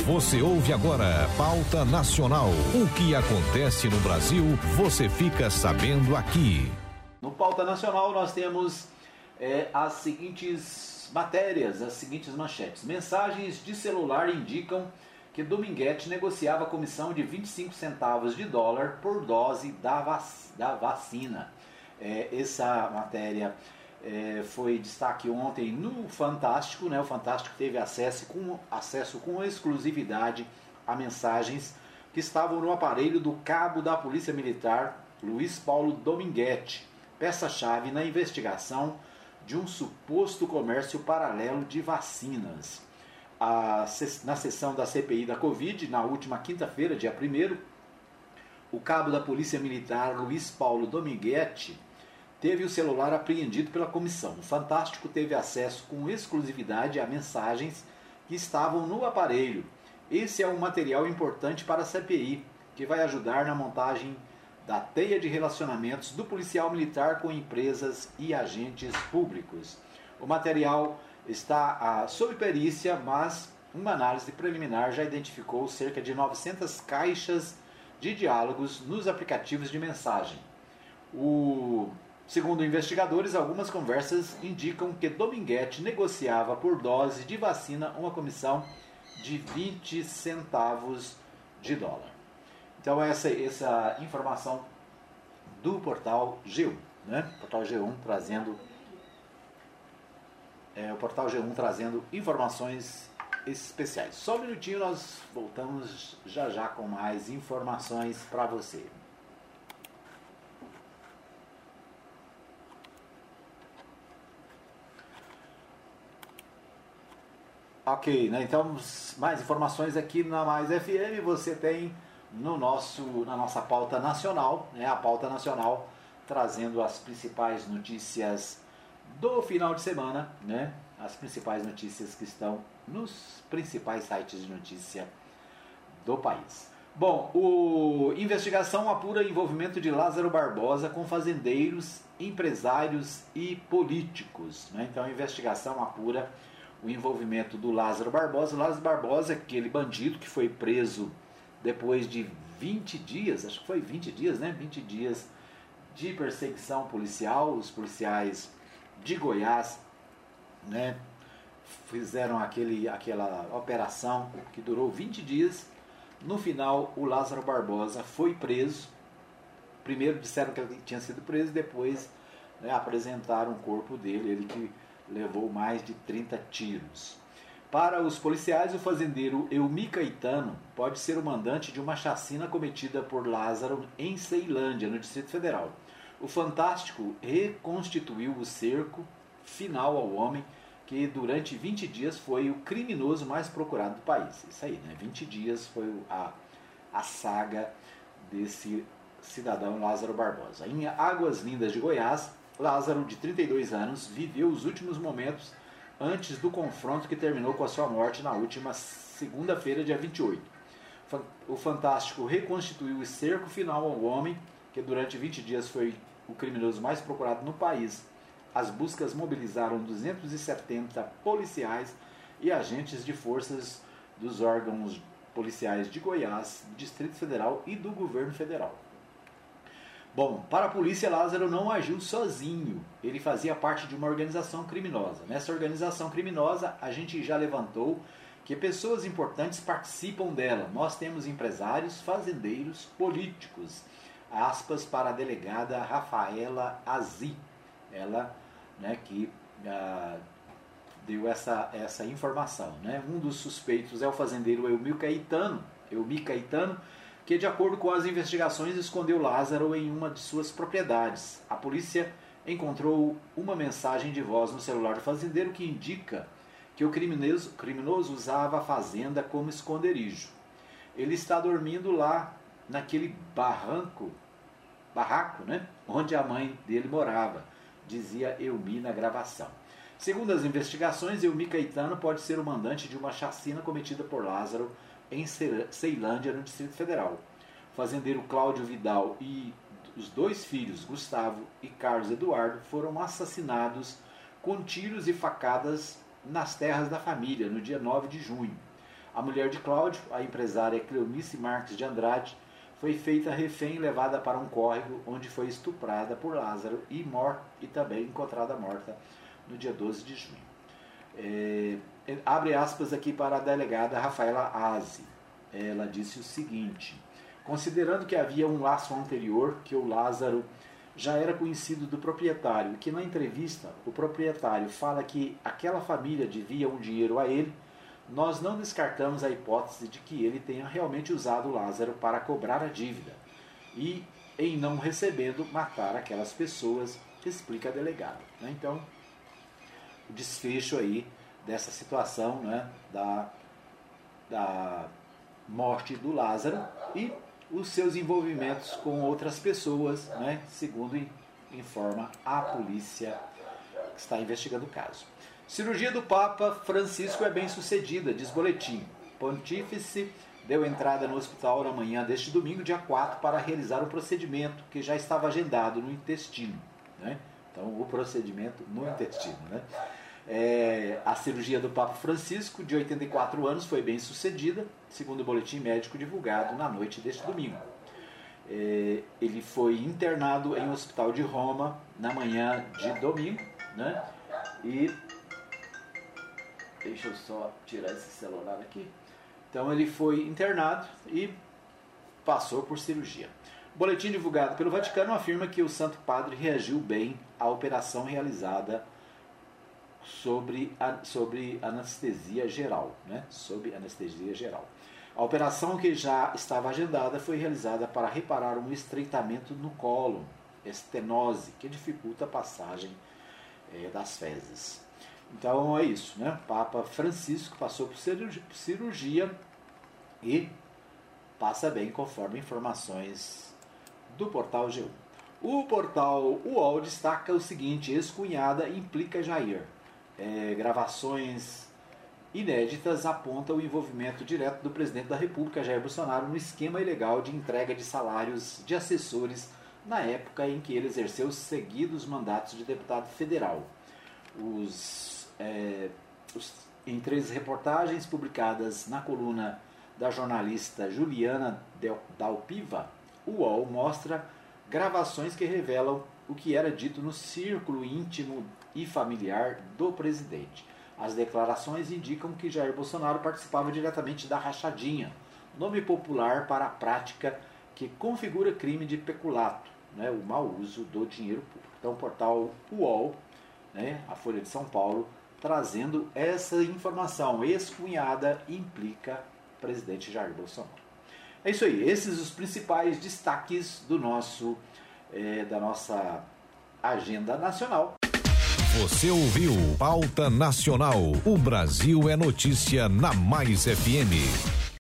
Você ouve agora Pauta Nacional. O que acontece no Brasil, você fica sabendo aqui. No Pauta Nacional nós temos as seguintes matérias, as seguintes manchetes. Mensagens de celular indicam que Dominguete negociava comissão de 25 centavos de dólar por dose da vacina. Essa matéria foi destaque ontem no Fantástico, né? O Fantástico teve acesso com exclusividade a mensagens que estavam no aparelho do cabo da Polícia Militar, Luiz Paulo Dominguete, peça-chave na investigação de um suposto comércio paralelo de vacinas. Na sessão da CPI da Covid, na última quinta-feira, dia 1º, o cabo da Polícia Militar, Luiz Paulo Dominguete, teve o celular apreendido pela comissão. O Fantástico teve acesso com exclusividade a mensagens que estavam no aparelho. Esse é um material importante para a CPI, que vai ajudar na montagem da teia de relacionamentos do policial militar com empresas e agentes públicos. O material está sob perícia, mas uma análise preliminar já identificou cerca de 900 caixas de diálogos nos aplicativos de mensagem. Segundo investigadores, algumas conversas indicam que Dominguete negociava por dose de vacina uma comissão de 20 centavos de dólar. Então essa informação do portal G1, né? Portal G1 trazendo o portal G1 trazendo informações especiais. Só um minutinho, nós voltamos já com mais informações para você. Ok, né? Então mais informações aqui na Mais FM você tem na nossa pauta nacional, né? A pauta nacional trazendo as principais notícias do final de semana, né? As principais notícias que estão nos principais sites de notícia do país. Bom, investigação apura envolvimento de Lázaro Barbosa com fazendeiros, empresários e políticos, né? Então a investigação apura o envolvimento do Lázaro Barbosa. Lázaro Barbosa, aquele bandido que foi preso depois de 20 dias, acho que foi 20 dias, né? 20 dias de perseguição policial. Os policiais de Goiás, né, fizeram aquela operação que durou 20 dias. No final, o Lázaro Barbosa foi preso. Primeiro disseram que ele tinha sido preso, depois, né, apresentaram o corpo dele, ele que levou mais de 30 tiros. Para os policiais, o fazendeiro Elmi Caetano pode ser o mandante de uma chacina cometida por Lázaro em Ceilândia, no Distrito Federal. O Fantástico reconstituiu o cerco final ao homem que durante 20 dias foi o criminoso mais procurado do país. Isso aí, né? 20 dias foi a saga desse cidadão Lázaro Barbosa. Em Águas Lindas de Goiás, Lázaro, de 32 anos, viveu os últimos momentos antes do confronto que terminou com a sua morte na última segunda-feira, dia 28. O Fantástico reconstituiu o cerco final ao homem, que durante 20 dias foi o criminoso mais procurado no país. As buscas mobilizaram 270 policiais e agentes de forças dos órgãos policiais de Goiás, do Distrito Federal e do governo federal. Bom, para a polícia, Lázaro não agiu sozinho, ele fazia parte de uma organização criminosa. Nessa organização criminosa, a gente já levantou que pessoas importantes participam dela. Nós temos empresários, fazendeiros, políticos. Aspas para a delegada Rafaela Azi, ela, né, que deu essa informação, né? Um dos suspeitos é o fazendeiro Elmi Caetano, que, de acordo com as investigações, escondeu Lázaro em uma de suas propriedades. A polícia encontrou uma mensagem de voz no celular do fazendeiro que indica que o criminoso usava a fazenda como esconderijo. Ele está dormindo lá naquele barraco, né, onde a mãe dele morava, dizia Elmi na gravação. Segundo as investigações, Elmi Caetano pode ser o mandante de uma chacina cometida por Lázaro em Ceilândia, no Distrito Federal. O fazendeiro Cláudio Vidal e os dois filhos, Gustavo e Carlos Eduardo, foram assassinados com tiros e facadas nas terras da família no dia 9 de junho. A mulher de Cláudio, a empresária Cleonice Marques de Andrade, foi feita refém e levada para um córrego onde foi estuprada por Lázaro e também encontrada morta no dia 12 de junho. Abre aspas aqui para a delegada Rafaela Aze. Ela disse o seguinte: considerando que havia um laço anterior, que o Lázaro já era conhecido do proprietário, que na entrevista o proprietário fala que aquela família devia um dinheiro a ele, nós não descartamos a hipótese de que ele tenha realmente usado o Lázaro para cobrar a dívida e, em não recebendo, matar aquelas pessoas, explica a delegada. Então, o desfecho aí dessa situação, né, da morte do Lázaro e os seus envolvimentos com outras pessoas, né, segundo informa a polícia que está investigando o caso. Cirurgia do Papa Francisco é bem sucedida, diz boletim. Pontífice deu entrada no hospital na manhã deste domingo, dia 4, para realizar o procedimento que já estava agendado no intestino. Né? Então, o procedimento no intestino. Né? A cirurgia do Papa Francisco, de 84 anos, foi bem sucedida, segundo o boletim médico divulgado na noite deste domingo. Ele foi internado em um hospital de Roma na manhã de domingo, né? E deixa eu só tirar esse celular aqui. Então ele foi internado e passou por cirurgia. O boletim divulgado pelo Vaticano afirma que o Santo Padre reagiu bem à operação realizada sobre anestesia geral, né? Sob anestesia geral. A operação, que já estava agendada, foi realizada para reparar um estreitamento no cólon, estenose, que dificulta a passagem das fezes. Então é isso, né? Papa Francisco passou por cirurgia e passa bem, conforme informações do portal G1. O portal UOL destaca o seguinte: ex-cunhada implica Jair. Gravações inéditas apontam o envolvimento direto do presidente da República, Jair Bolsonaro, no esquema ilegal de entrega de salários de assessores na época em que ele exerceu seguidos mandatos de deputado federal. Em 3 reportagens publicadas na coluna da jornalista Juliana Dalpiva, o UOL mostra gravações que revelam o que era dito no círculo íntimo e familiar do presidente. As declarações indicam que Jair Bolsonaro participava diretamente da rachadinha, nome popular para a prática que configura crime de peculato, né, o mau uso do dinheiro público. Então, o portal UOL, né, a Folha de São Paulo, trazendo essa informação: ex-cunhada implica presidente Jair Bolsonaro. É isso aí, esses os principais destaques da nossa agenda nacional. Você ouviu Pauta Nacional. O Brasil é notícia na Mais FM.